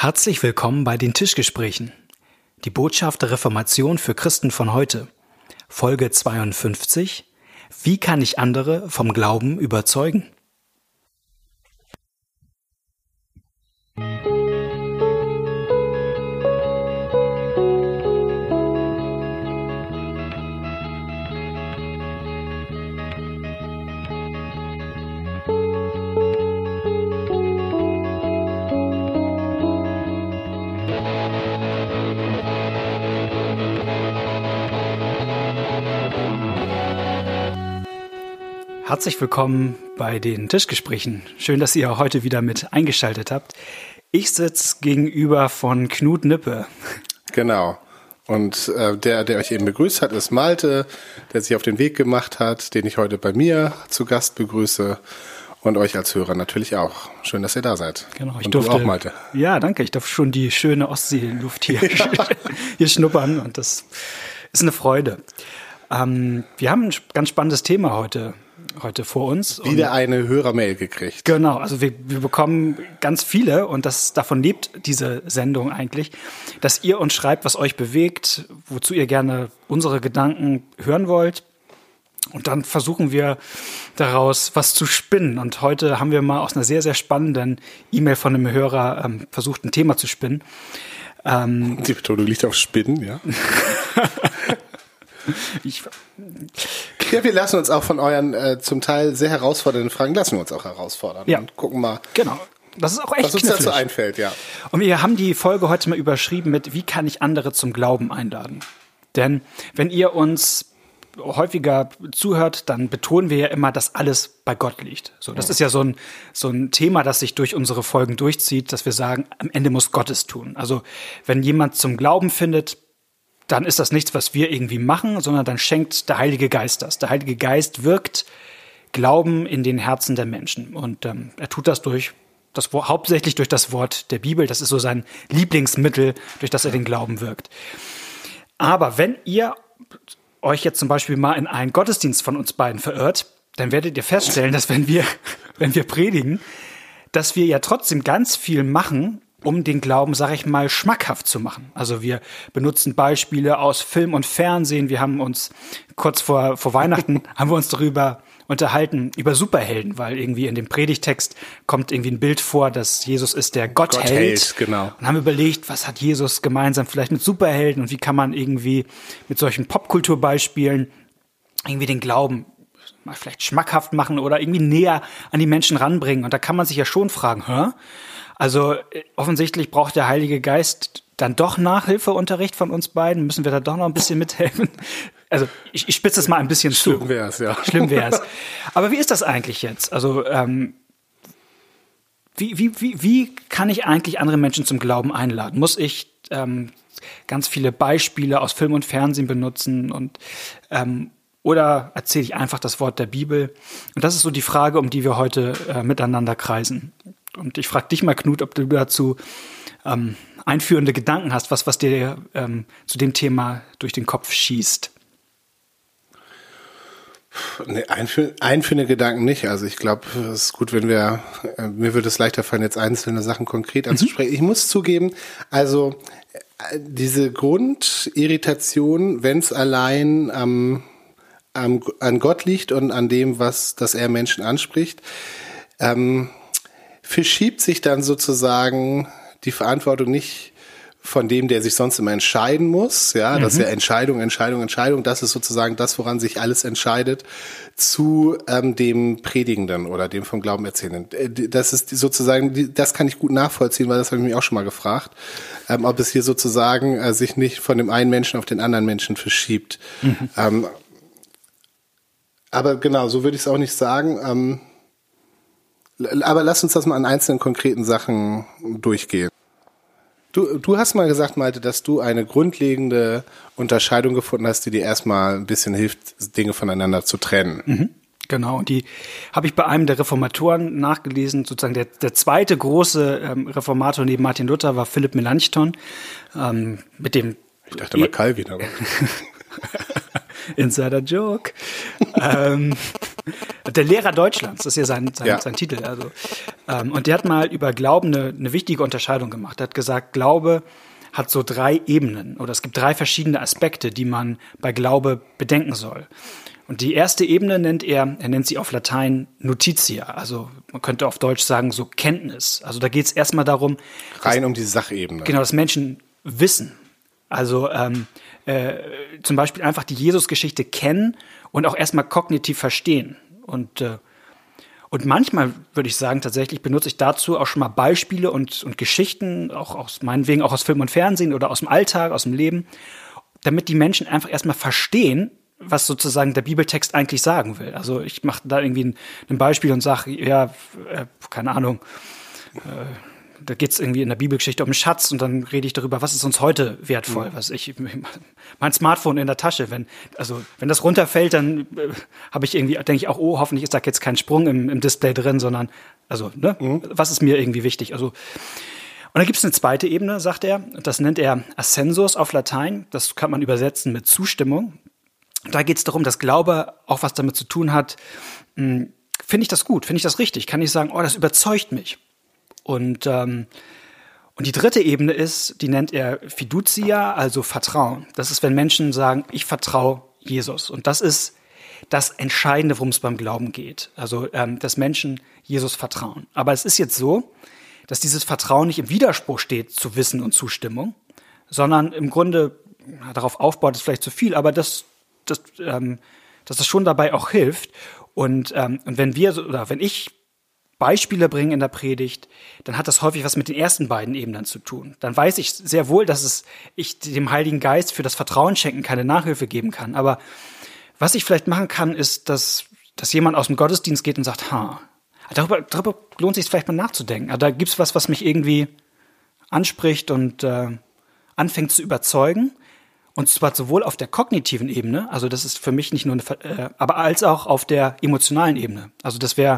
Herzlich willkommen bei den Tischgesprächen. Die Botschaft der Reformation für Christen von heute. Folge 52. Wie kann ich andere vom Glauben überzeugen? Herzlich willkommen bei den Tischgesprächen. Schön, dass ihr heute wieder mit eingeschaltet habt. Ich sitze gegenüber von Knut Nippe. Genau. Und der euch eben begrüßt hat, ist Malte, der sich auf den Weg gemacht hat, den ich heute bei mir zu Gast begrüße. Und euch als Hörer natürlich auch. Schön, dass ihr da seid. Genau, und du auch, Malte. Ja, danke. Ich darf schon die schöne Ostseeluft hier, hier schnuppern. Und das ist eine Freude. Wir haben ein ganz spannendes Thema heute vor uns. Wieder eine Hörermail gekriegt. Genau, also wir bekommen ganz viele und davon lebt diese Sendung eigentlich, dass ihr uns schreibt, was euch bewegt, wozu ihr gerne unsere Gedanken hören wollt. Und dann versuchen wir daraus was zu spinnen. Und heute haben wir mal aus einer sehr, sehr spannenden E-Mail von einem Hörer versucht, ein Thema zu spinnen. Die Betonung liegt auf Spinnen, ja. Ja, wir lassen uns auch von euren zum Teil sehr herausfordernden Fragen, lassen wir uns auch herausfordern. Ja. Und gucken mal, genau. Das ist auch echt was uns knifflig. dazu einfällt, ja. Und wir haben die Folge heute mal überschrieben mit: Wie kann ich andere zum Glauben einladen? Denn wenn ihr uns häufiger zuhört, dann betonen wir ja immer, dass alles bei Gott liegt. So, das ist ja so ein Thema, das sich durch unsere Folgen durchzieht, dass wir sagen, am Ende muss Gott es tun. Also wenn jemand zum Glauben findet, dann ist das nichts, was wir irgendwie machen, sondern dann schenkt der Heilige Geist das. Der Heilige Geist wirkt Glauben in den Herzen der Menschen. Und er tut das hauptsächlich durch das Wort der Bibel. Das ist so sein Lieblingsmittel, durch das er den Glauben wirkt. Aber wenn ihr euch jetzt zum Beispiel mal in einen Gottesdienst von uns beiden verirrt, dann werdet ihr feststellen, dass wenn wir predigen, dass wir ja trotzdem ganz viel machen, um den Glauben, sage ich mal, schmackhaft zu machen. Also wir benutzen Beispiele aus Film und Fernsehen. Wir haben uns kurz vor Weihnachten haben wir uns darüber unterhalten, über Superhelden, weil irgendwie in dem Predigtext kommt irgendwie ein Bild vor, dass Jesus ist der Gottheld. Genau. Und haben überlegt, was hat Jesus gemeinsam vielleicht mit Superhelden und wie kann man irgendwie mit solchen Popkulturbeispielen irgendwie den Glauben mal vielleicht schmackhaft machen oder irgendwie näher an die Menschen ranbringen. Und da kann man sich ja schon fragen, Also offensichtlich braucht der Heilige Geist dann doch Nachhilfeunterricht von uns beiden. Müssen wir da doch noch ein bisschen mithelfen? Also ich spitze es mal ein bisschen zu. Schlimm wär's, ja. Schlimm wär's. Aber wie ist das eigentlich jetzt? Also wie kann ich eigentlich andere Menschen zum Glauben einladen? Muss ich ganz viele Beispiele aus Film und Fernsehen benutzen oder erzähle ich einfach das Wort der Bibel? Und das ist so die Frage, um die wir heute miteinander kreisen. Und ich frage dich mal, Knut, ob du dazu einführende Gedanken hast, was dir zu dem Thema durch den Kopf schießt. Nee, einführende Gedanken nicht. Also ich glaube, es ist gut, wenn mir würde es leichter fallen, jetzt einzelne Sachen konkret anzusprechen. Ich muss zugeben, also diese Grundirritation, wenn es allein an Gott liegt und an dem, dass er Menschen anspricht, verschiebt sich dann sozusagen die Verantwortung nicht von dem, der sich sonst immer entscheiden muss, ja, das ist ja Entscheidung, das ist sozusagen das, woran sich alles entscheidet, zu dem Predigenden oder dem vom Glauben Erzählenden. Das ist sozusagen, das kann ich gut nachvollziehen, weil das habe ich mich auch schon mal gefragt, ob es hier sozusagen sich nicht von dem einen Menschen auf den anderen Menschen verschiebt. Aber genau, so würde ich es auch nicht sagen. Aber lass uns das mal an einzelnen konkreten Sachen durchgehen. Du hast mal gesagt, Malte, dass du eine grundlegende Unterscheidung gefunden hast, die dir erstmal ein bisschen hilft, Dinge voneinander zu trennen. Genau, und die habe ich bei einem der Reformatoren nachgelesen. Sozusagen der zweite große Reformator neben Martin Luther war Philipp Melanchthon. Mit dem Ich dachte mal Calvin, aber Insider Joke. Der Lehrer Deutschlands, das ist ja sein Titel. Also, und der hat mal über Glauben eine wichtige Unterscheidung gemacht. Er hat gesagt, Glaube hat so 3 Ebenen oder es gibt 3 verschiedene Aspekte, die man bei Glaube bedenken soll. Und die erste Ebene nennt sie auf Latein Notitia, also man könnte auf Deutsch sagen so Kenntnis. Also da geht es erstmal darum, rein um die Sachebene. Genau, dass Menschen wissen. Also zum Beispiel einfach die Jesus-Geschichte kennen und auch erstmal kognitiv verstehen. Und manchmal würde ich sagen, tatsächlich benutze ich dazu auch schon mal Beispiele und Geschichten, meinetwegen auch aus Film und Fernsehen oder aus dem Alltag, aus dem Leben, damit die Menschen einfach erstmal verstehen, was sozusagen der Bibeltext eigentlich sagen will. Also ich mache da irgendwie ein Beispiel und sage, keine Ahnung, da geht es irgendwie in der Bibelgeschichte um einen Schatz und dann rede ich darüber, was ist uns heute wertvoll, mein Smartphone in der Tasche, wenn das runterfällt, dann denke ich auch, oh, hoffentlich ist da jetzt kein Sprung im Display drin, sondern, was ist mir irgendwie wichtig, und da gibt es eine zweite Ebene, sagt er, das nennt er Assensus auf Latein, das kann man übersetzen mit Zustimmung. Da geht es darum, dass Glaube auch was damit zu tun hat, finde ich das gut, finde ich das richtig, kann ich sagen, oh, das überzeugt mich. Und die dritte Ebene die nennt er Fiducia, also Vertrauen. Das ist, wenn Menschen sagen, ich vertraue Jesus. Und das ist das Entscheidende, worum es beim Glauben geht. Also, dass Menschen Jesus vertrauen. Aber es ist jetzt so, dass dieses Vertrauen nicht im Widerspruch steht zu Wissen und Zustimmung, sondern im Grunde darauf aufbaut, ist vielleicht zu viel, aber dass das schon dabei auch hilft. Und wenn ich Beispiele bringe in der Predigt, dann hat das häufig was mit den ersten beiden Ebenen zu tun. Dann weiß ich sehr wohl, dass ich dem Heiligen Geist für das Vertrauen schenken keine Nachhilfe geben kann. Aber was ich vielleicht machen kann, ist, dass jemand aus dem Gottesdienst geht und sagt, darüber lohnt sich vielleicht mal nachzudenken. Da gibt's was mich irgendwie anspricht und anfängt zu überzeugen. Und zwar sowohl auf der kognitiven Ebene, also das ist für mich nicht nur aber als auch auf der emotionalen Ebene. Also das wäre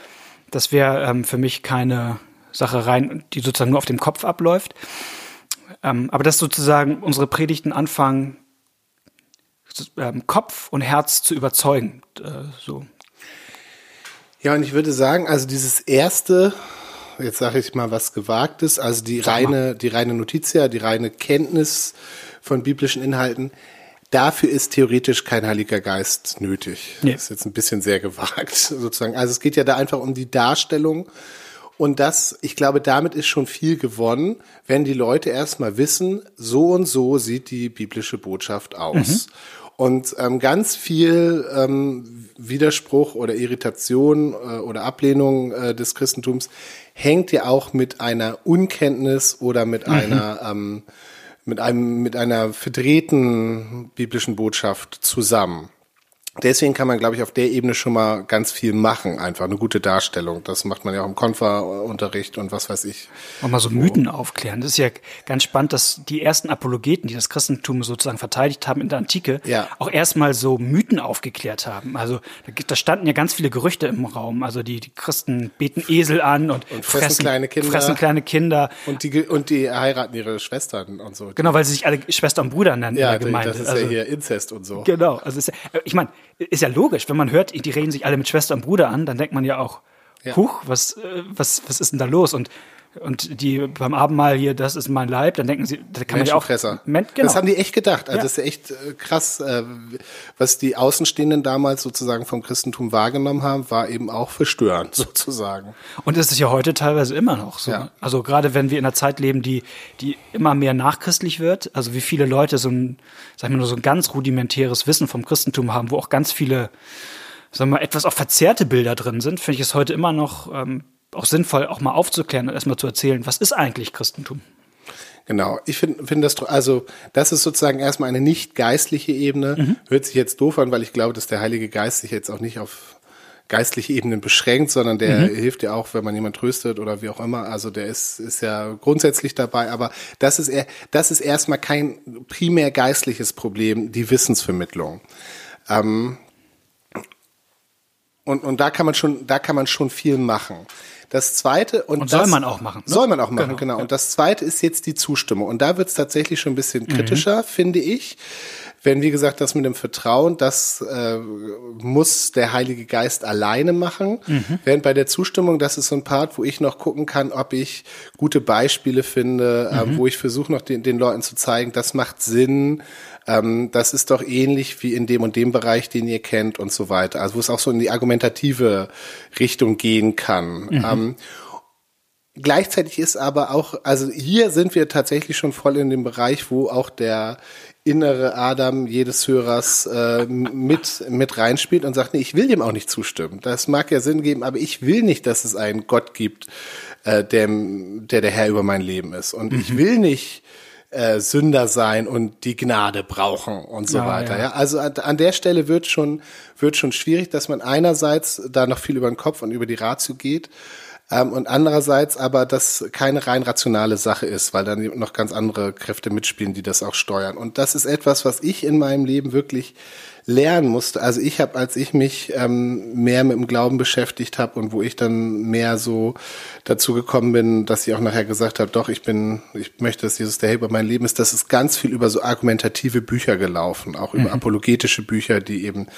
für mich keine Sache rein, die sozusagen nur auf dem Kopf abläuft. Aber dass sozusagen unsere Predigten anfangen, Kopf und Herz zu überzeugen. So. Ja, und ich würde sagen, also dieses erste, jetzt sage ich mal was Gewagtes, also die reine Notitia, die reine Kenntnis von biblischen Inhalten, dafür ist theoretisch kein Heiliger Geist nötig. Nee. Das ist jetzt ein bisschen sehr gewagt, sozusagen. Also es geht ja da einfach um die Darstellung. Und ich glaube, damit ist schon viel gewonnen, wenn die Leute erstmal wissen, so und so sieht die biblische Botschaft aus. Und ganz viel Widerspruch oder Irritation oder Ablehnung des Christentums hängt ja auch mit einer Unkenntnis oder mit einer verdrehten biblischen Botschaft zusammen. Deswegen kann man, glaube ich, auf der Ebene schon mal ganz viel machen, einfach eine gute Darstellung. Das macht man ja auch im Konfa-Unterricht und was weiß ich. Und mal so Mythen aufklären. Das ist ja ganz spannend, dass die ersten Apologeten, die das Christentum sozusagen verteidigt haben in der Antike, auch erstmal so Mythen aufgeklärt haben. Also da standen ja ganz viele Gerüchte im Raum. Also die Christen beten Esel an und fressen kleine Kinder. Und die heiraten ihre Schwestern und so. Genau, weil sie sich alle Schwester und Bruder nennen in der Gemeinde. Das ist ja hier Inzest und so. Genau. Also ich meine, ist ja logisch, wenn man hört, die reden sich alle mit Schwester und Bruder an, dann denkt man ja auch, huch, was ist denn da los? Und die beim Abendmahl hier, das ist mein Leib, dann denken sie, da kann man ja auch. Genau. Das haben die echt gedacht. Also das ist ja echt krass, was die Außenstehenden damals sozusagen vom Christentum wahrgenommen haben, war eben auch verstörend sozusagen. Und es ist ja heute teilweise immer noch so. Ja. Also gerade wenn wir in einer Zeit leben, die immer mehr nachchristlich wird, also wie viele Leute so ein ganz rudimentäres Wissen vom Christentum haben, wo auch ganz viele, sagen wir mal, etwas auch verzerrte Bilder drin sind, finde ich es heute immer noch auch sinnvoll, auch mal aufzuklären und erstmal zu erzählen, was ist eigentlich Christentum? Genau, ich finde das, also das ist sozusagen erstmal eine nicht geistliche Ebene. Hört sich jetzt doof an, weil ich glaube, dass der Heilige Geist sich jetzt auch nicht auf geistliche Ebenen beschränkt, sondern der hilft ja auch, wenn man jemand tröstet oder wie auch immer. Also der ist ja grundsätzlich dabei, aber das ist erstmal kein primär geistliches Problem, die Wissensvermittlung. Und da kann man schon viel machen. Das Zweite und soll man auch machen. Ne? Soll man auch machen, genau. Und das Zweite ist jetzt die Zustimmung. Und da wird es tatsächlich schon ein bisschen kritischer, finde ich. wenn, wie gesagt, das mit dem Vertrauen, das muss der Heilige Geist alleine machen. Während bei der Zustimmung, das ist so ein Part, wo ich noch gucken kann, ob ich gute Beispiele finde, wo ich versuche noch den Leuten zu zeigen, das macht Sinn, das ist doch ähnlich wie in dem und dem Bereich, den ihr kennt und so weiter. Also wo es auch so in die argumentative Richtung gehen kann. Gleichzeitig ist aber auch, also hier sind wir tatsächlich schon voll in dem Bereich, wo auch der innere Adam jedes Hörers mit reinspielt und sagt, nee, ich will dem auch nicht zustimmen. Das mag ja Sinn geben, aber ich will nicht, dass es einen Gott gibt, der Herr über mein Leben ist. Und ich will nicht Sünder sein und die Gnade brauchen und so weiter. Ja. Also an der Stelle wird schon schwierig, dass man einerseits da noch viel über den Kopf und über die Ratio geht, und andererseits aber das keine rein rationale Sache ist, weil dann noch ganz andere Kräfte mitspielen, die das auch steuern. Und das ist etwas, was ich in meinem Leben wirklich lernen musste. Also ich habe, als ich mich mehr mit dem Glauben beschäftigt habe und wo ich dann mehr so dazu gekommen bin, dass ich auch nachher gesagt habe, doch, ich möchte, dass Jesus der Herr über mein Leben ist, das ist ganz viel über so argumentative Bücher gelaufen, auch über apologetische Bücher, die eben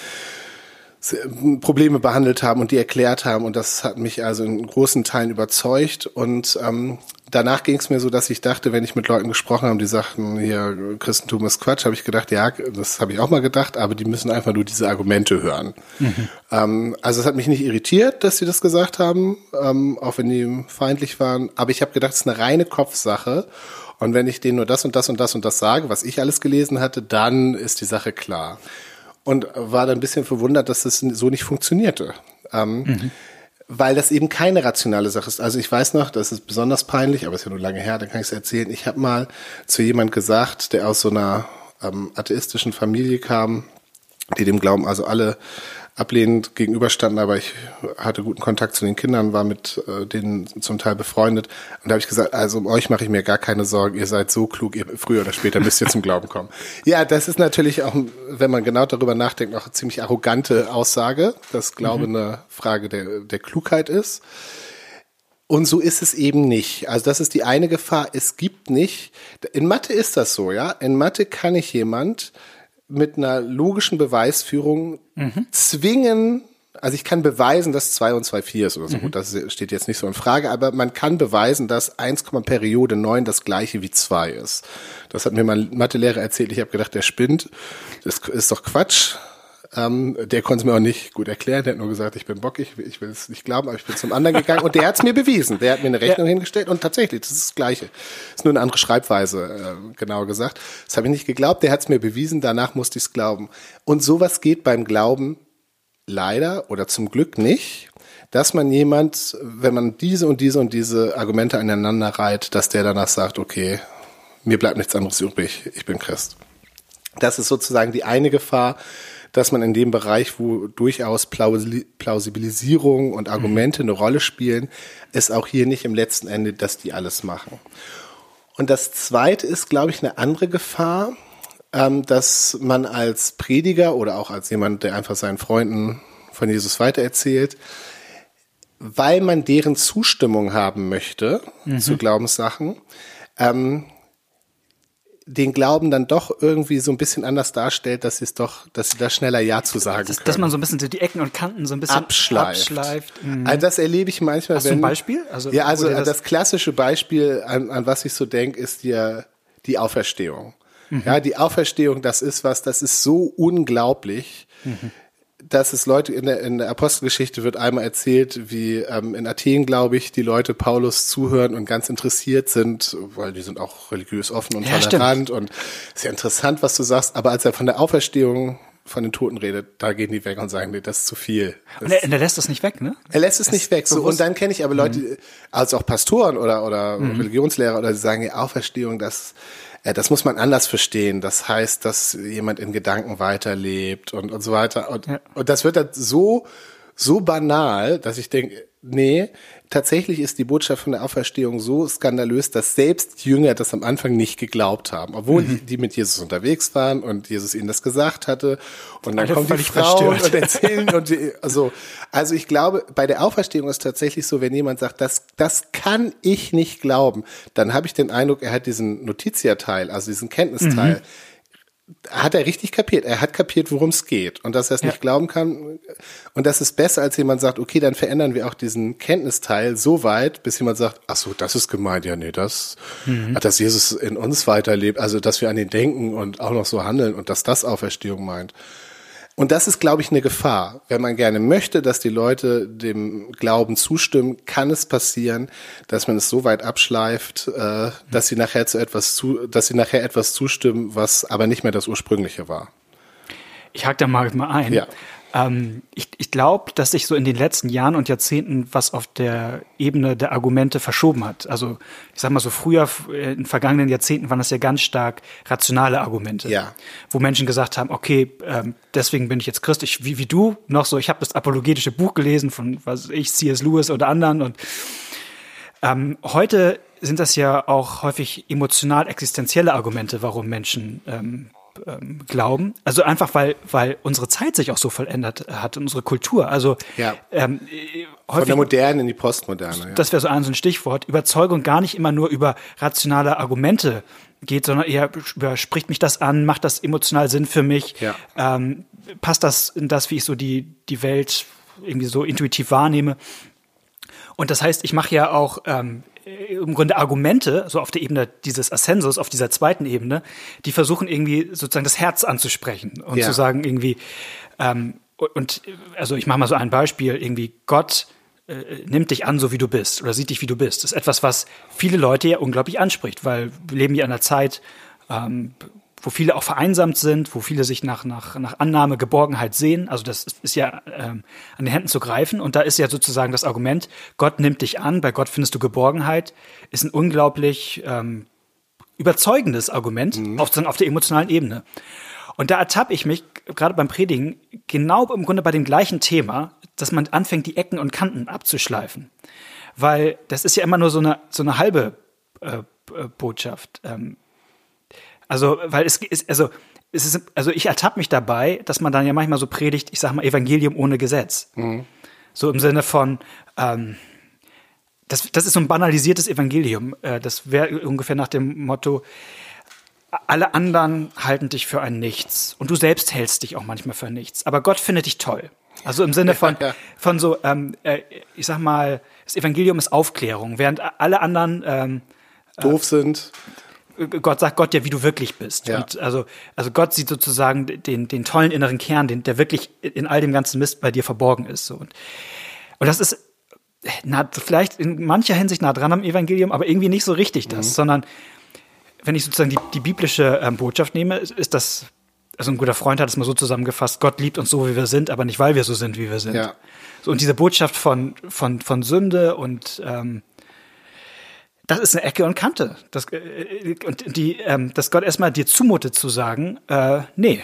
Probleme behandelt haben und die erklärt haben, und das hat mich also in großen Teilen überzeugt. Und danach ging es mir so, dass ich dachte, wenn ich mit Leuten gesprochen habe, die sagten, hier, Christentum ist Quatsch, habe ich gedacht, ja, das habe ich auch mal gedacht, aber die müssen einfach nur diese Argumente hören. Also es hat mich nicht irritiert, dass sie das gesagt haben, auch wenn die feindlich waren, aber ich habe gedacht, es ist eine reine Kopfsache. Und wenn ich denen nur das und das und das und das sage, was ich alles gelesen hatte, dann ist die Sache klar. Und war dann ein bisschen verwundert, dass das so nicht funktionierte. Weil das eben keine rationale Sache ist. Also ich weiß noch, das ist besonders peinlich, aber ist ja nur lange her, dann kann ich es erzählen. Ich habe mal zu jemand gesagt, der aus so einer atheistischen Familie kam, die dem Glauben also alle ablehnend gegenüberstanden, aber ich hatte guten Kontakt zu den Kindern, war mit denen zum Teil befreundet, und da habe ich gesagt, also um euch mache ich mir gar keine Sorgen, ihr seid so klug, früher oder später müsst ihr zum Glauben kommen. Ja, das ist natürlich auch, wenn man genau darüber nachdenkt, auch eine ziemlich arrogante Aussage, dass Glaube eine Frage der Klugheit ist. Und so ist es eben nicht. Also das ist die eine Gefahr, es gibt nicht, in Mathe ist das so, ja, in Mathe kann ich jemand mit einer logischen Beweisführung zwingen, also ich kann beweisen, dass 2 und 2 4 ist oder so. Gut, das steht jetzt nicht so in Frage, aber man kann beweisen, dass 1, Periode 9 das gleiche wie 2 ist. Das hat mir mein Mathelehrer erzählt, ich habe gedacht, der spinnt. Das ist doch Quatsch. Der konnte es mir auch nicht gut erklären, der hat nur gesagt, ich bin bockig, ich will es nicht glauben, aber ich bin zum anderen gegangen und der hat es mir bewiesen. Der hat mir eine Rechnung hingestellt und tatsächlich, das ist das Gleiche. Das ist nur eine andere Schreibweise, genauer gesagt. Das habe ich nicht geglaubt, der hat es mir bewiesen, danach musste ich es glauben. Und sowas geht beim Glauben leider oder zum Glück nicht, dass man jemand, wenn man diese und diese und diese Argumente aneinander reiht, dass der danach sagt, okay, mir bleibt nichts anderes übrig, ich bin Christ. Das ist sozusagen die eine Gefahr, dass man in dem Bereich, wo durchaus Plausibilisierung und Argumente eine Rolle spielen, ist auch hier nicht im letzten Ende, dass die alles machen. Und das Zweite ist, glaube ich, eine andere Gefahr, dass man als Prediger oder auch als jemand, der einfach seinen Freunden von Jesus weitererzählt, weil man deren Zustimmung haben möchte zu Glaubenssachen, den Glauben dann doch irgendwie so ein bisschen anders darstellt, dass sie da schneller Ja zu sagen können. Dass man so ein bisschen die Ecken und Kanten so ein bisschen abschleift. Also das erlebe ich manchmal. Hast du ein Beispiel? Also das klassische Beispiel, an was ich so denke, ist die Auferstehung. Ja, die Auferstehung, das ist so unglaublich, dass es Leute in der Apostelgeschichte wird einmal erzählt, wie in Athen, glaube ich, die Leute Paulus zuhören und ganz interessiert sind, weil die sind auch religiös offen und tolerant und ist ja interessant, was du sagst, aber als er von der Auferstehung von den Toten redet, da gehen die weg und sagen, nee, das ist zu viel. Und er lässt das nicht weg, ne? Er lässt es nicht weg. So, und dann kenne ich aber Leute, also auch Pastoren oder Religionslehrer, oder die sagen, die Auferstehung, das muss man anders verstehen. Das heißt, dass jemand in Gedanken weiterlebt und so weiter. Und das wird dann so banal, dass ich denke, nee, tatsächlich ist die Botschaft von der Auferstehung so skandalös, dass selbst Jünger das am Anfang nicht geglaubt haben, obwohl die mit Jesus unterwegs waren und Jesus ihnen das gesagt hatte. Und dann kommen die Frauen und erzählen also ich glaube, bei der Auferstehung ist tatsächlich so, wenn jemand sagt, das kann ich nicht glauben, dann habe ich den Eindruck, er hat diesen Notitia-Teil, also diesen Kenntnisteil, hat er richtig kapiert. Er hat kapiert, worum es geht und dass er es nicht glauben kann. Und das ist besser, als jemand sagt, okay, dann verändern wir auch diesen Kenntnisteil so weit, bis jemand sagt, ach so, das ist gemeint. Ja, nee, dass Jesus in uns weiterlebt, also dass wir an ihn denken und auch noch so handeln und dass das Auferstehung meint. Und das ist, glaube ich, eine Gefahr. Wenn man gerne möchte, dass die Leute dem Glauben zustimmen, kann es passieren, dass man es so weit abschleift, dass sie nachher etwas zustimmen, was aber nicht mehr das Ursprüngliche war. Ich hake da mal ein. Ja. Ich glaube, dass sich so in den letzten Jahren und Jahrzehnten was auf der Ebene der Argumente verschoben hat. Also ich sag mal so früher, in vergangenen Jahrzehnten waren das ja ganz stark rationale Argumente, wo Menschen gesagt haben, okay, deswegen bin ich jetzt Christ. Wie du noch so, ich habe das apologetische Buch gelesen von, was weiß ich, C.S. Lewis oder anderen und heute sind das ja auch häufig emotional-existenzielle Argumente, warum Menschen glauben. Also einfach, weil unsere Zeit sich auch so verändert hat, unsere Kultur. Also von der Modernen in die Postmoderne. Ja. Das wäre so ein Stichwort. Überzeugung gar nicht immer nur über rationale Argumente geht, sondern eher über, spricht mich das an, macht das emotional Sinn für mich, passt das in das, wie ich so die Welt irgendwie so intuitiv wahrnehme. Und das heißt, ich mache ja auch im Grunde Argumente, so auf der Ebene dieses Ascensus, auf dieser zweiten Ebene, die versuchen irgendwie sozusagen das Herz anzusprechen und zu sagen irgendwie, also ich mache mal so ein Beispiel, irgendwie Gott nimmt dich an, so wie du bist oder sieht dich, wie du bist. Das ist etwas, was viele Leute ja unglaublich anspricht, weil wir leben ja in einer Zeit, wo viele auch vereinsamt sind, wo viele sich nach Annahme, Geborgenheit sehen. Also das ist ja an den Händen zu greifen. Und da ist ja sozusagen das Argument, Gott nimmt dich an, bei Gott findest du Geborgenheit, ist ein unglaublich überzeugendes Argument auf der emotionalen Ebene. Und da ertappe ich mich, gerade beim Predigen, genau im Grunde bei dem gleichen Thema, dass man anfängt, die Ecken und Kanten abzuschleifen. Weil das ist ja immer nur so eine halbe Botschaft. Also ich ertappe mich dabei, dass man dann ja manchmal so predigt, ich sag mal Evangelium ohne Gesetz. So im Sinne von, das ist so ein banalisiertes Evangelium. Das wäre ungefähr nach dem Motto, alle anderen halten dich für ein Nichts und du selbst hältst dich auch manchmal für nichts. Aber Gott findet dich toll. Also im Sinne von so, ich sag mal, das Evangelium ist Aufklärung, während alle anderen doof sind. Gott sagt Gott ja, wie du wirklich bist. Ja. Und also Gott sieht sozusagen den tollen inneren Kern, der wirklich in all dem ganzen Mist bei dir verborgen ist. So. Und das ist vielleicht in mancher Hinsicht nah dran am Evangelium, aber irgendwie nicht so richtig das, sondern wenn ich sozusagen die biblische Botschaft nehme, ist das, also ein guter Freund hat es mal so zusammengefasst, Gott liebt uns so, wie wir sind, aber nicht, weil wir so sind, wie wir sind. Ja. So, und diese Botschaft von Sünde und das ist eine Ecke und Kante. Dass Gott erstmal dir zumutet zu sagen, nee.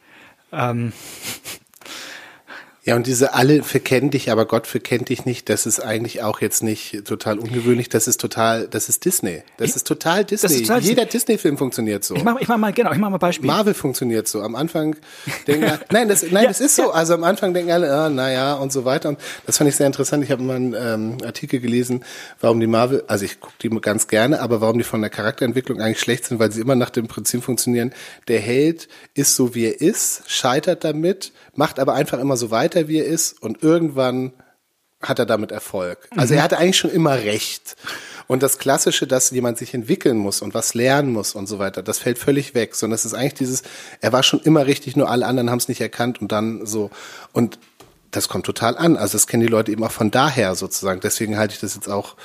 Ja, und diese alle verkennen dich, aber Gott verkennt dich nicht, das ist eigentlich auch jetzt nicht total ungewöhnlich, das ist Disney. Das ist total Disney. Jeder Disney-Film funktioniert so. Ich mach mal ein Beispiel. Marvel funktioniert so. Am Anfang denken das ist so. Also am Anfang denken alle, naja, und so weiter. Und das fand ich sehr interessant. Ich habe mal einen Artikel gelesen, warum die Marvel, also ich gucke die ganz gerne, aber warum die von der Charakterentwicklung eigentlich schlecht sind, weil sie immer nach dem Prinzip funktionieren, der Held ist so, wie er ist, scheitert damit, macht aber einfach immer so weiter, wie er ist und irgendwann hat er damit Erfolg. Also er hatte eigentlich schon immer recht. Und das Klassische, dass jemand sich entwickeln muss und was lernen muss und so weiter, das fällt völlig weg. Sondern es ist eigentlich er war schon immer richtig, nur alle anderen haben es nicht erkannt und dann so. Und das kommt total an. Also das kennen die Leute eben auch von daher sozusagen. Deswegen halte ich das jetzt auch.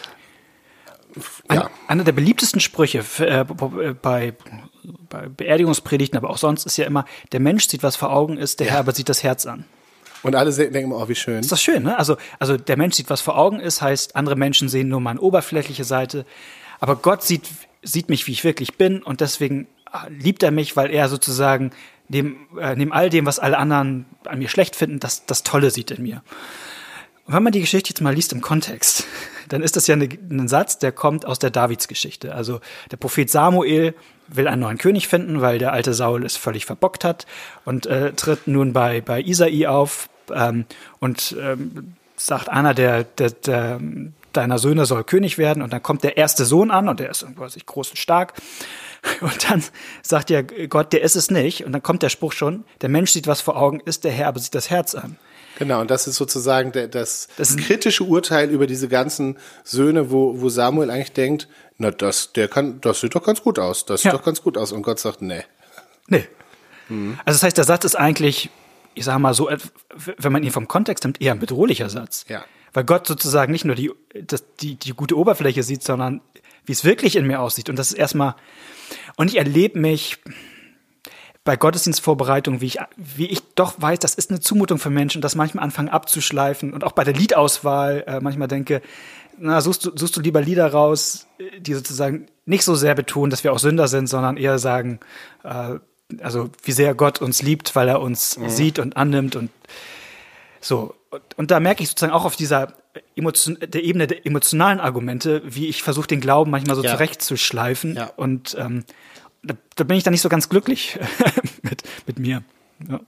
Ja. Einer der beliebtesten Sprüche bei Beerdigungspredigten, aber auch sonst ist ja immer, der Mensch sieht, was vor Augen ist, der Herr aber sieht das Herz an. Und alle denken immer, oh, wie schön. Ist das schön, ne? Also der Mensch sieht, was vor Augen ist, heißt, andere Menschen sehen nur meine oberflächliche Seite. Aber Gott sieht mich, wie ich wirklich bin und deswegen liebt er mich, weil er sozusagen neben all dem, was alle anderen an mir schlecht finden, das Tolle sieht in mir. Und wenn man die Geschichte jetzt mal liest im Kontext, dann ist das ja ein Satz, der kommt aus der Davidsgeschichte. Also der Prophet Samuel will einen neuen König finden, weil der alte Saul es völlig verbockt hat und tritt nun bei Isai auf und sagt, einer der deiner Söhne soll König werden. Und dann kommt der erste Sohn an und der ist irgendwie groß und stark. Und dann sagt ja Gott, der ist es nicht. Und dann kommt der Spruch schon, der Mensch sieht, was vor Augen ist, der Herr aber sieht das Herz an. Genau, und das ist sozusagen das kritische Urteil über diese ganzen Söhne, wo Samuel eigentlich denkt, na, das sieht doch ganz gut aus, das sieht doch ganz gut aus. Und Gott sagt, nee. Nee. Also das heißt, der Satz ist eigentlich, ich sage mal so, wenn man ihn vom Kontext nimmt, eher ein bedrohlicher Satz. Ja. Weil Gott sozusagen nicht nur die gute Oberfläche sieht, sondern wie es wirklich in mir aussieht. Und das ist erstmal, und ich erlebe mich bei Gottesdienstvorbereitung, wie ich doch weiß, das ist eine Zumutung für Menschen, das manchmal anfangen abzuschleifen und auch bei der Liedauswahl manchmal denke, na, suchst du lieber Lieder raus, die sozusagen nicht so sehr betonen, dass wir auch Sünder sind, sondern eher sagen, also wie sehr Gott uns liebt, weil er uns sieht und annimmt und so. Und da merke ich sozusagen auch auf der Ebene der emotionalen Argumente, wie ich versuche, den Glauben manchmal so zurechtzuschleifen. Ja. Und da bin ich dann nicht so ganz glücklich mit mir. Ja.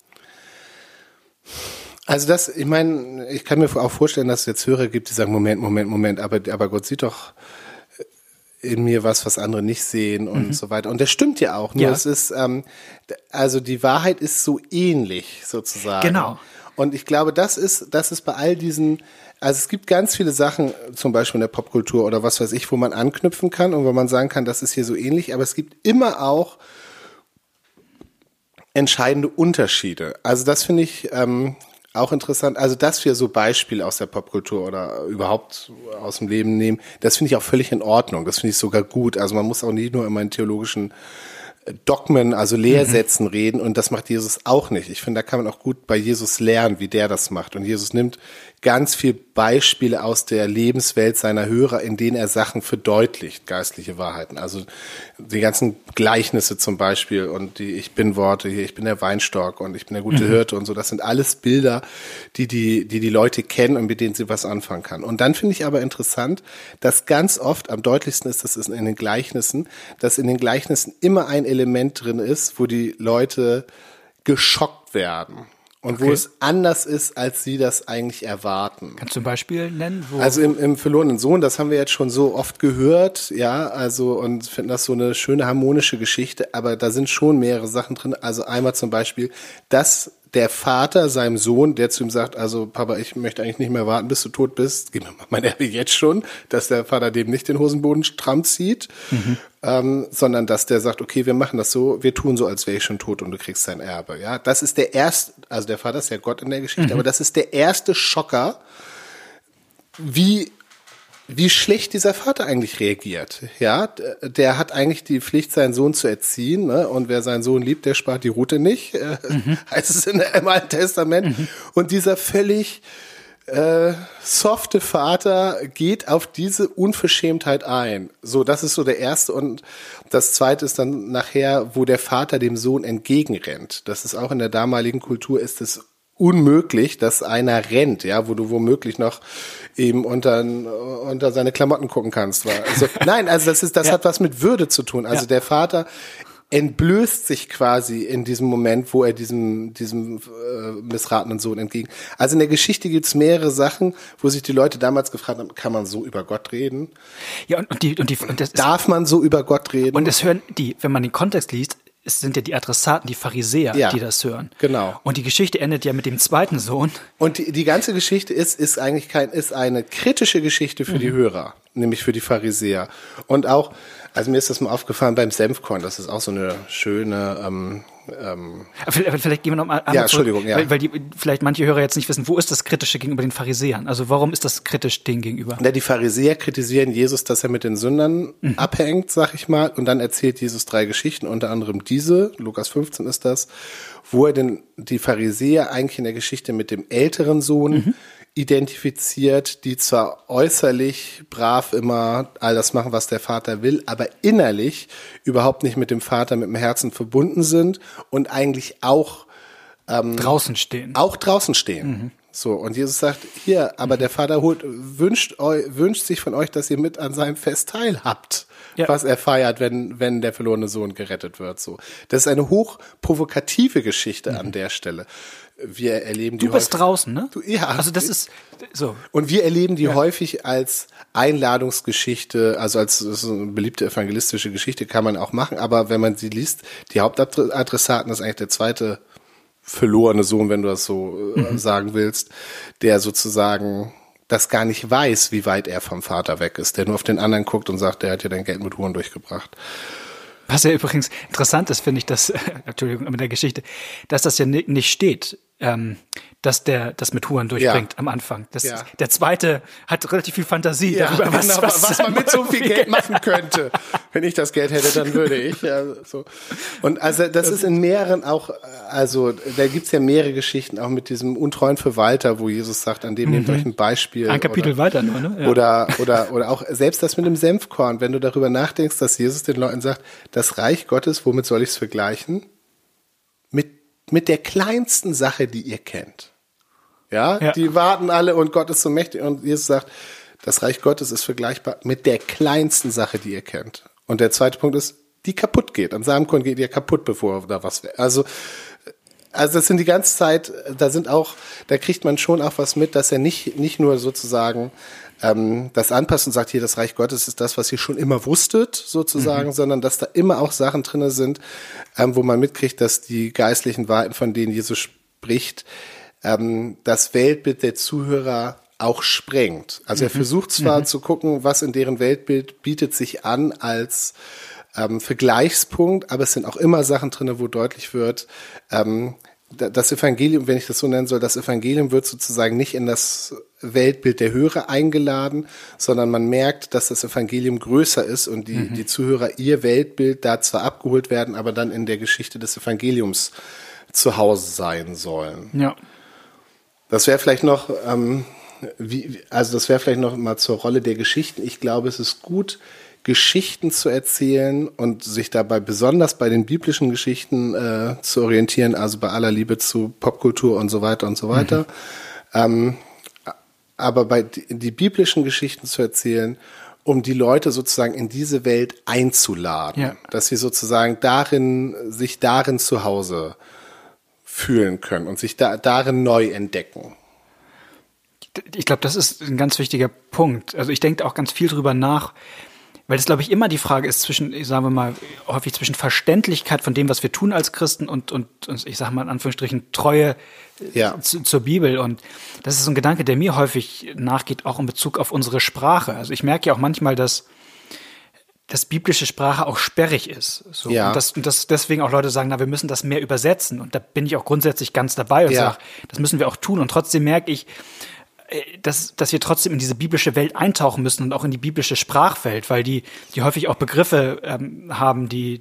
Also ich meine, ich kann mir auch vorstellen, dass es jetzt Hörer gibt, die sagen, Moment, aber Gott sieht doch in mir was andere nicht sehen und so weiter. Und das stimmt ja auch. Nur es ist, also die Wahrheit ist so ähnlich sozusagen. Genau. Und ich glaube, das ist bei all diesen, also es gibt ganz viele Sachen, zum Beispiel in der Popkultur oder was weiß ich, wo man anknüpfen kann und wo man sagen kann, das ist hier so ähnlich, aber es gibt immer auch entscheidende Unterschiede. Also das finde ich auch interessant. Also dass wir so Beispiele aus der Popkultur oder überhaupt aus dem Leben nehmen, das finde ich auch völlig in Ordnung. Das finde ich sogar gut. Also man muss auch nicht nur immer in theologischen Dogmen, also Lehrsätzen reden und das macht Jesus auch nicht. Ich finde, da kann man auch gut bei Jesus lernen, wie der das macht. Und Jesus nimmt ganz viel Beispiele aus der Lebenswelt seiner Hörer, in denen er Sachen verdeutlicht, geistliche Wahrheiten. Also die ganzen Gleichnisse zum Beispiel und die Ich Bin-Worte hier, ich bin der Weinstock und ich bin der gute Hirte und so. Das sind alles Bilder, die Leute kennen und mit denen sie was anfangen kann. Und dann finde ich aber interessant, dass ganz oft, am deutlichsten ist das in den Gleichnissen, dass in den Gleichnissen immer ein Element drin ist, wo die Leute geschockt werden. Und wo es anders ist, als sie das eigentlich erwarten. Kannst du ein Beispiel nennen? Also im verlorenen Sohn, das haben wir jetzt schon so oft gehört, ja, also und finden das so eine schöne harmonische Geschichte, aber da sind schon mehrere Sachen drin. Also einmal zum Beispiel, dass der Vater seinem Sohn, der zu ihm sagt, also Papa, ich möchte eigentlich nicht mehr warten, bis du tot bist, gib mir mal mein Erbe jetzt schon, dass der Vater dem nicht den Hosenboden stramm zieht, sondern dass der sagt, okay, wir machen das so, wir tun so, als wäre ich schon tot und du kriegst dein Erbe. Ja, das ist der erste, also der Vater ist ja Gott in der Geschichte, aber das ist der erste Schocker, wie schlecht dieser Vater eigentlich reagiert. Ja, der hat eigentlich die Pflicht, seinen Sohn zu erziehen, ne? Und wer seinen Sohn liebt, der spart die Rute nicht, heißt es im Alten Testament. Und dieser völlig softe Vater geht auf diese Unverschämtheit ein. So, das ist so der erste. Und das zweite ist dann nachher, wo der Vater dem Sohn entgegenrennt. Das ist auch in der damaligen Kultur ist es unmöglich, dass einer rennt, ja, wo du womöglich noch eben unter seine Klamotten gucken kannst. Also, nein, also das hat was mit Würde zu tun. Also der Vater entblößt sich quasi in diesem Moment, wo er diesem missratenen Sohn entgegen. Also in der Geschichte gibt's mehrere Sachen, wo sich die Leute damals gefragt haben, kann man so über Gott reden? Ja, und das darf man so über Gott reden? Und das hören wenn man den Kontext liest, es sind ja die Adressaten, die Pharisäer, die das hören. Genau. Und die Geschichte endet ja mit dem zweiten Sohn. Und die ganze Geschichte ist eigentlich eine kritische Geschichte für die Hörer, nämlich für die Pharisäer. Und auch, also mir ist das mal aufgefallen beim Senfkorn, das ist auch so eine schöne, vielleicht gehen wir noch mal ja, Entschuldigung, ja. Weil vielleicht manche Hörer jetzt nicht wissen, wo ist das Kritische gegenüber den Pharisäern? Also warum ist das kritisch denen gegenüber? Die Pharisäer kritisieren Jesus, dass er mit den Sündern abhängt, sag ich mal, und dann erzählt Jesus 3 Geschichten, unter anderem diese, Lukas 15 ist das, wo er die Pharisäer eigentlich in der Geschichte mit dem älteren Sohn identifiziert, die zwar äußerlich brav immer all das machen, was der Vater will, aber innerlich überhaupt nicht mit dem Vater, mit dem Herzen verbunden sind und eigentlich auch draußen stehen. Auch draußen stehen. So, und Jesus sagt, hier, aber der Vater wünscht sich von euch, dass ihr mit an seinem Fest teilhabt, was er feiert, wenn der verlorene Sohn gerettet wird. So, das ist eine hochprovokative Geschichte an der Stelle. Wir erleben die Du bist draußen, ne? Also das ist so. Und wir erleben die häufig als Einladungsgeschichte, also das ist eine beliebte evangelistische Geschichte, kann man auch machen, aber wenn man sie liest, die Hauptadressaten ist eigentlich der zweite verlorene Sohn, wenn du das so sagen willst, der sozusagen das gar nicht weiß, wie weit er vom Vater weg ist, der nur auf den anderen guckt und sagt, der hat ja dein Geld mit Huren durchgebracht. Was ja übrigens interessant ist, finde ich, dass, Entschuldigung, mit der Geschichte, dass das ja nicht steht, dass der das mit Huren durchbringt am Anfang. Der zweite hat relativ viel Fantasie darüber, was man mit so viel Geld machen könnte. Wenn ich das Geld hätte, dann würde ich. Ja, so. Und also das ist in mehreren auch, also da gibt's ja mehrere Geschichten, auch mit diesem untreuen Verwalter, wo Jesus sagt, an dem nehmt euch ein Beispiel. Ein Kapitel weiter nur, ne? Ja. Oder auch selbst das mit dem Senfkorn, wenn du darüber nachdenkst, dass Jesus den Leuten sagt, das Reich Gottes, womit soll ich es vergleichen? Mit der kleinsten Sache, die ihr kennt. Ja, die warten alle und Gott ist so mächtig und Jesus sagt, das Reich Gottes ist vergleichbar mit der kleinsten Sache, die ihr kennt. Und der zweite Punkt ist, die kaputt geht. Am Samenkorn geht ihr kaputt, bevor da was wäre. Also das sind die ganze Zeit, da kriegt man schon auch was mit, dass er nicht nur sozusagen das anpasst und sagt, hier, das Reich Gottes ist das, was ihr schon immer wusstet, sozusagen, sondern dass da immer auch Sachen drinne sind, wo man mitkriegt, dass die geistlichen Wahrheiten, von denen Jesus spricht, das Weltbild der Zuhörer auch sprengt. Also er versucht zwar zu gucken, was in deren Weltbild bietet sich an als Vergleichspunkt, aber es sind auch immer Sachen drinne, wo deutlich wird, das Evangelium, wenn ich das so nennen soll, das Evangelium wird sozusagen nicht in das Weltbild der Hörer eingeladen, sondern man merkt, dass das Evangelium größer ist und die Zuhörer ihr Weltbild da zwar abgeholt werden, aber dann in der Geschichte des Evangeliums zu Hause sein sollen. Ja. Das wäre vielleicht noch, das wäre vielleicht noch mal zur Rolle der Geschichten. Ich glaube, es ist gut, Geschichten zu erzählen und sich dabei besonders bei den biblischen Geschichten zu orientieren, also bei aller Liebe zu Popkultur und so weiter und so weiter. Aber die biblischen Geschichten zu erzählen, um die Leute sozusagen in diese Welt einzuladen, dass sie sozusagen sich darin zu Hause fühlen können und sich darin neu entdecken. Ich glaube, das ist ein ganz wichtiger Punkt. Also ich denke auch ganz viel drüber nach, weil das, glaube ich, immer die Frage ist sagen wir mal, häufig zwischen Verständlichkeit von dem, was wir tun als Christen und ich sage mal in Anführungsstrichen Treue zur Bibel. Und das ist so ein Gedanke, der mir häufig nachgeht, auch in Bezug auf unsere Sprache. Also ich merke ja auch manchmal, dass biblische Sprache auch sperrig ist. So. Ja. Und dass deswegen auch Leute sagen, wir müssen das mehr übersetzen. Und da bin ich auch grundsätzlich ganz dabei und sage, das müssen wir auch tun. Und trotzdem merke ich, dass wir trotzdem in diese biblische Welt eintauchen müssen und auch in die biblische Sprachwelt, weil die häufig auch Begriffe haben, die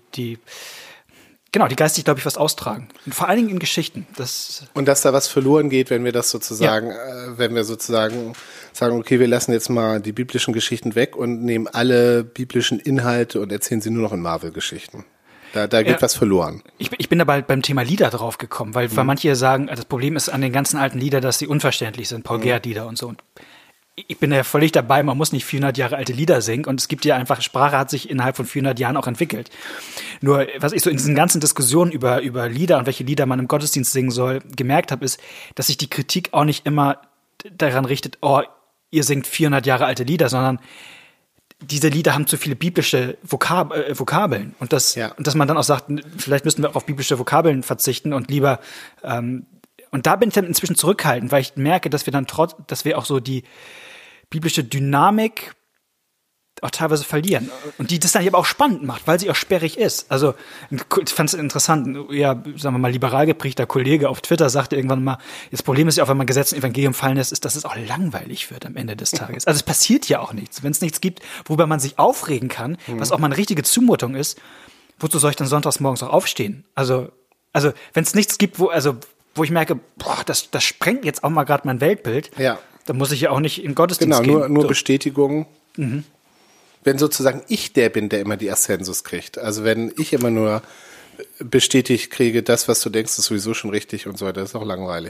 geistig, glaube ich, was austragen. Und vor allen Dingen in Geschichten. Und dass da was verloren geht, wenn wir das sozusagen, wenn wir sozusagen sagen, okay, wir lassen jetzt mal die biblischen Geschichten weg und nehmen alle biblischen Inhalte und erzählen sie nur noch in Marvel-Geschichten. Da geht was verloren. Ich bin dabei beim Thema Lieder drauf gekommen, weil manche sagen, das Problem ist an den ganzen alten Liedern, dass sie unverständlich sind, Paul Gerhardt-Lieder und so. Und ich bin ja völlig dabei, man muss nicht 400 Jahre alte Lieder singen und es gibt ja einfach, Sprache hat sich innerhalb von 400 Jahren auch entwickelt. Nur, was ich so in diesen ganzen Diskussionen über Lieder und welche Lieder man im Gottesdienst singen soll, gemerkt habe, ist, dass sich die Kritik auch nicht immer daran richtet, ihr singt 400 Jahre alte Lieder, sondern diese Lieder haben zu viele biblische Vokabeln und dass man dann auch sagt, vielleicht müssten wir auch auf biblische Vokabeln verzichten und lieber und da bin ich dann inzwischen zurückhaltend, weil ich merke, dass wir auch so die biblische Dynamik auch teilweise verlieren und die das dann aber auch spannend macht, weil sie auch sperrig ist. Also ich fand es interessant, sagen wir mal, liberal geprägter Kollege auf Twitter sagte irgendwann mal, das Problem ist ja auch, wenn man Gesetze im Evangelium fallen lässt, ist, dass es auch langweilig wird am Ende des Tages. Also es passiert ja auch nichts. Wenn es nichts gibt, worüber man sich aufregen kann, was auch mal eine richtige Zumutung ist, wozu soll ich dann sonntags morgens auch aufstehen? Also wenn es nichts gibt, wo ich merke, das sprengt jetzt auch mal gerade mein Weltbild, dann muss ich ja auch nicht in den Gottesdienst gehen. Genau, nur Bestätigung. Wenn sozusagen ich der bin, der immer die Ascensus kriegt. Also wenn ich immer nur bestätigt kriege, das, was du denkst, ist sowieso schon richtig und so weiter, ist auch langweilig.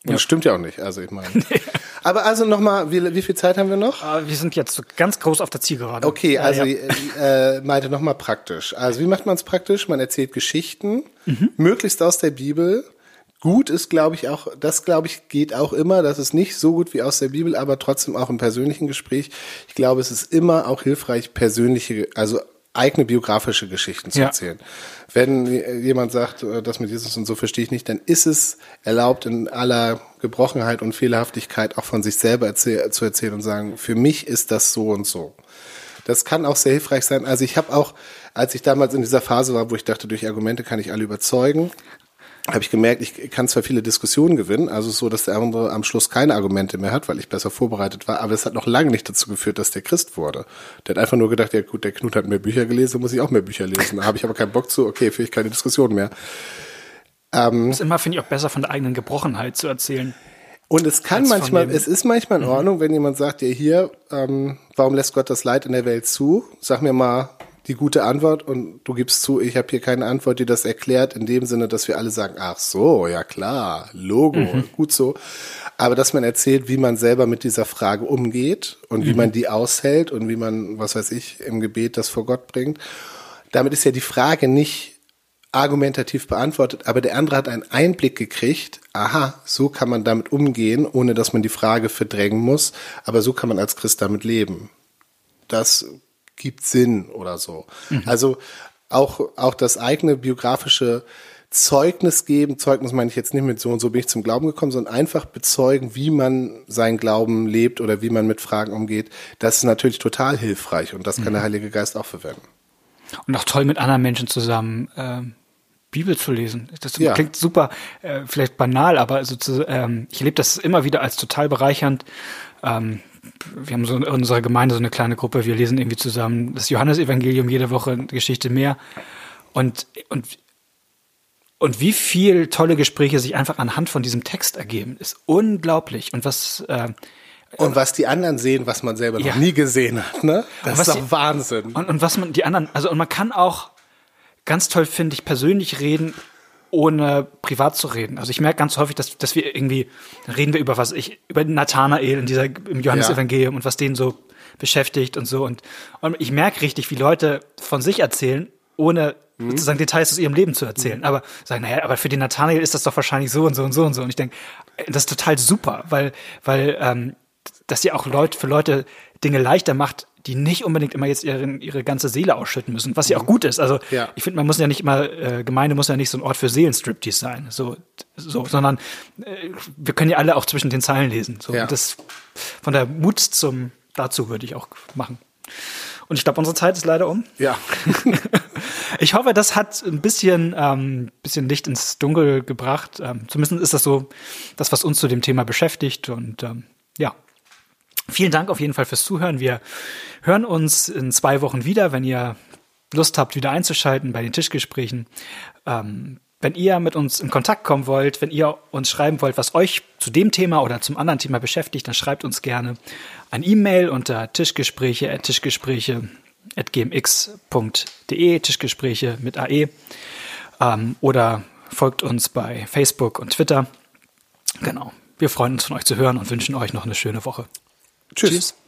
Und das stimmt ja auch nicht. Also ich meine. Aber also nochmal, wie viel Zeit haben wir noch? Wir sind jetzt so ganz groß auf der Zielgerade. Okay, also Malte, nochmal praktisch. Also wie macht man es praktisch? Man erzählt Geschichten, möglichst aus der Bibel. Gut ist, glaube ich, auch, das glaube ich geht auch immer. Das ist nicht so gut wie aus der Bibel, aber trotzdem auch im persönlichen Gespräch. Ich glaube, es ist immer auch hilfreich, persönliche, also eigene biografische Geschichten zu erzählen. Wenn jemand sagt, das mit Jesus und so verstehe ich nicht, dann ist es erlaubt, in aller Gebrochenheit und Fehlerhaftigkeit auch von sich selber zu erzählen und sagen, für mich ist das so und so. Das kann auch sehr hilfreich sein. Also ich habe auch, als ich damals in dieser Phase war, wo ich dachte, durch Argumente kann ich alle überzeugen, habe ich gemerkt, ich kann zwar viele Diskussionen gewinnen, also so, dass der andere am Schluss keine Argumente mehr hat, weil ich besser vorbereitet war, aber es hat noch lange nicht dazu geführt, dass der Christ wurde. Der hat einfach nur gedacht, ja gut, der Knut hat mehr Bücher gelesen, muss ich auch mehr Bücher lesen. Da habe ich aber keinen Bock zu, okay, führe ich keine Diskussion mehr. Ist immer, finde ich, auch besser von der eigenen Gebrochenheit zu erzählen. Und es kann manchmal, es ist manchmal in Ordnung, wenn jemand sagt, ja hier, warum lässt Gott das Leid in der Welt zu? Sag mir mal die gute Antwort und du gibst zu, ich habe hier keine Antwort, die das erklärt, in dem Sinne, dass wir alle sagen, ach so, ja klar, Logo, gut so. Aber dass man erzählt, wie man selber mit dieser Frage umgeht und wie man die aushält und wie man, was weiß ich, im Gebet das vor Gott bringt. Damit ist ja die Frage nicht argumentativ beantwortet, aber der andere hat einen Einblick gekriegt, aha, so kann man damit umgehen, ohne dass man die Frage verdrängen muss, aber so kann man als Christ damit leben. Das gibt Sinn oder so. Also auch das eigene biografische Zeugnis geben, Zeugnis meine ich jetzt nicht mit so und so bin ich zum Glauben gekommen, sondern einfach bezeugen, wie man seinen Glauben lebt oder wie man mit Fragen umgeht. Das ist natürlich total hilfreich und das kann der Heilige Geist auch verwenden. Und auch toll mit anderen Menschen zusammen Bibel zu lesen. Das klingt super, vielleicht banal, aber ich erlebe das immer wieder als total bereichernd. Wir haben so in unserer Gemeinde so eine kleine Gruppe, wir lesen irgendwie zusammen das Johannesevangelium jede Woche, eine Geschichte mehr. Und wie viel tolle Gespräche sich einfach anhand von diesem Text ergeben, ist unglaublich. Und was die anderen sehen, was man selber noch nie gesehen hat, ne? Das ist doch Wahnsinn. Und was man die anderen, und man kann auch ganz toll, finde ich, persönlich reden, ohne privat zu reden. Also ich merke ganz häufig, dass wir irgendwie, reden wir über über Nathanael im Johannesevangelium und was den so beschäftigt und so. Und ich merke richtig, wie Leute von sich erzählen, ohne sozusagen Details aus ihrem Leben zu erzählen. Aber sagen, naja, aber für den Nathanael ist das doch wahrscheinlich so und so und so und so. Und ich denke, das ist total super, weil das ja auch für Leute Dinge leichter macht, die nicht unbedingt immer jetzt ihre ganze Seele ausschütten müssen, was ja auch gut ist. Also ich finde, man muss ja nicht immer, Gemeinde muss ja nicht so ein Ort für Seelenstriptease sein, so, sondern wir können ja alle auch zwischen den Zeilen lesen. So. Und das von der Mut dazu würde ich auch machen. Und ich glaube, unsere Zeit ist leider um. Ja. Ich hoffe, das hat ein bisschen Licht ins Dunkel gebracht. Zumindest ist das so das, was uns zu dem Thema beschäftigt. Und vielen Dank auf jeden Fall fürs Zuhören. Wir hören uns in 2 Wochen wieder, wenn ihr Lust habt, wieder einzuschalten bei den Tischgesprächen. Wenn ihr mit uns in Kontakt kommen wollt, wenn ihr uns schreiben wollt, was euch zu dem Thema oder zum anderen Thema beschäftigt, dann schreibt uns gerne ein E-Mail unter tischgespräche@gmx.de, Tischgespräche mit AE, oder folgt uns bei Facebook und Twitter. Genau. Wir freuen uns, von euch zu hören und wünschen euch noch eine schöne Woche. Tschüss.